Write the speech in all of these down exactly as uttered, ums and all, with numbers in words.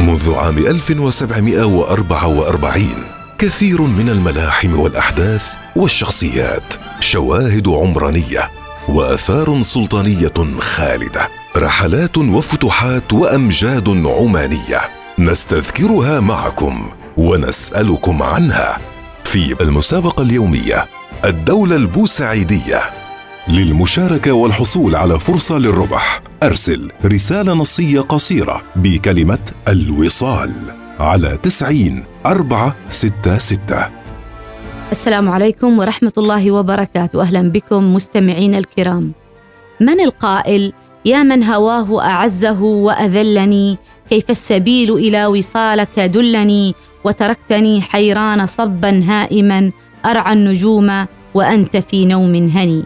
منذ عام ألف وسبعمائة وأربعة وأربعين كثير من الملاحم والأحداث والشخصيات، شواهد عمرانية وآثار سلطانية خالدة، رحلات وفتوحات وأمجاد عمانية نستذكرها معكم ونسألكم عنها في المسابقة اليومية الدولة البوسعيدية. للمشاركة والحصول على فرصة للربح أرسل رسالة نصية قصيرة بكلمة الوصال على تسعين أربعة ستة ستة. السلام عليكم ورحمة الله وبركاته. أهلا بكم مستمعين الكرام. من القائل يا من هواه أعزه وأذلني، كيف السبيل إلى وصالك دلني، وتركتني حيران صبا هائما أرعى النجوم وأنت في نوم هني.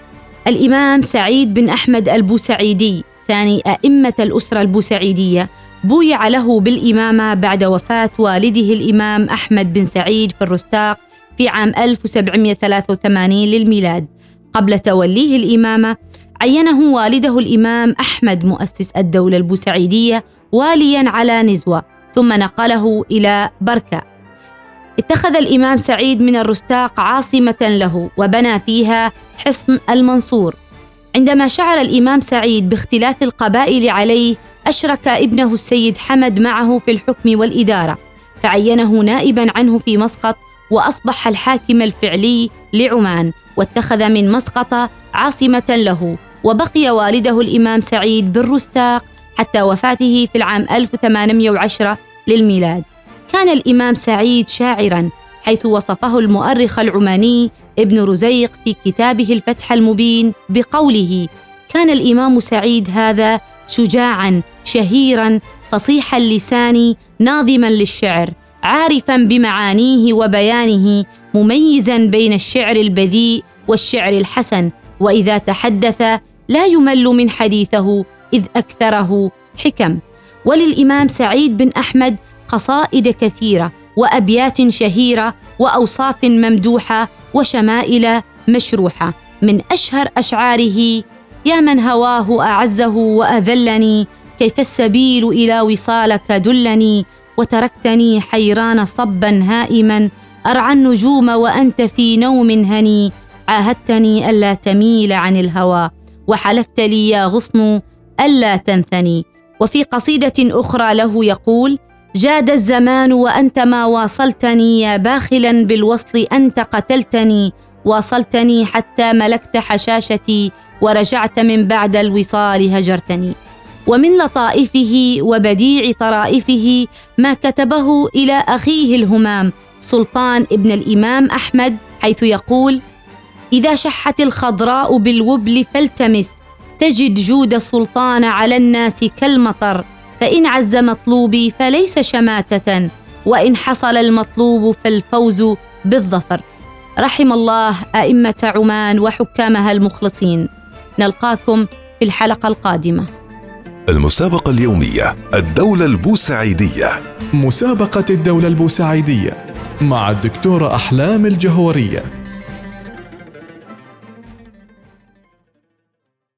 الإمام سعيد بن أحمد البوسعيدي ثاني أئمة الأسرة البوسعيدية بويع له بالإمامة بعد وفاة والده الإمام أحمد بن سعيد في الرستاق في عام ألف وسبعمائة وثلاثة وثمانين للميلاد. قبل توليه الإمامة عينه والده الإمام أحمد مؤسس الدولة البوسعيدية والياً على نزوة، ثم نقله إلى بركة. اتخذ الإمام سعيد من الرستاق عاصمة له وبنى فيها حصن المنصور. عندما شعر الإمام سعيد باختلاف القبائل عليه أشرك ابنه السيد حمد معه في الحكم والإدارة، فعينه نائباً عنه في مسقط، وأصبح الحاكم الفعلي لعمان، واتخذ من مسقط عاصمة له. وبقي والده الإمام سعيد بالرستاق حتى وفاته في العام ألف وثمانمائة وعشرة للميلاد. كان الإمام سعيد شاعراً، حيث وصفه المؤرخ العماني ابن رزيق في كتابه الفتح المبين بقوله: كان الإمام سعيد هذا شجاعاً شهيراً فصيح اللسان ناظماً للشعر، عارفاً بمعانيه وبيانه، مميزاً بين الشعر البذيء والشعر الحسن، وإذا تحدث لا يمل من حديثه إذ أكثره حكم. وللإمام سعيد بن أحمد قصائد كثيرة وأبيات شهيرة وأوصاف ممدوحة وشمائل مشروحة. من أشهر أشعاره: يا من هواه أعزه وأذلني، كيف السبيل إلى وصالك دلني، وتركتني حيران صبا هائما أرعى النجوم وأنت في نوم هني، عاهدتني ألا تميل عن الهوى وحلفت لي يا غصن ألا تنثني. وفي قصيدة أخرى له يقول: جاد الزمان وأنت ما واصلتني، يا باخلا بالوصل أنت قتلتني، واصلتني حتى ملكت حشاشتي، ورجعت من بعد الوصال هجرتني. ومن لطائفه وبديع طرائفه ما كتبه إلى أخيه الهمام سلطان ابن الإمام أحمد، حيث يقول: إذا شحت الخضراء بالوبل فالتمس، تجد جود سلطان على الناس كالمطر، فإن عز مطلوبي فليس شماتة، وإن حصل المطلوب فالفوز بالظفر. رحم الله أئمة عمان وحكامها المخلصين. نلقاكم في الحلقة القادمة. المسابقة اليومية الدولة البوسعيدية. مسابقة الدولة البوسعيدية مع الدكتورة أحلام الجهورية.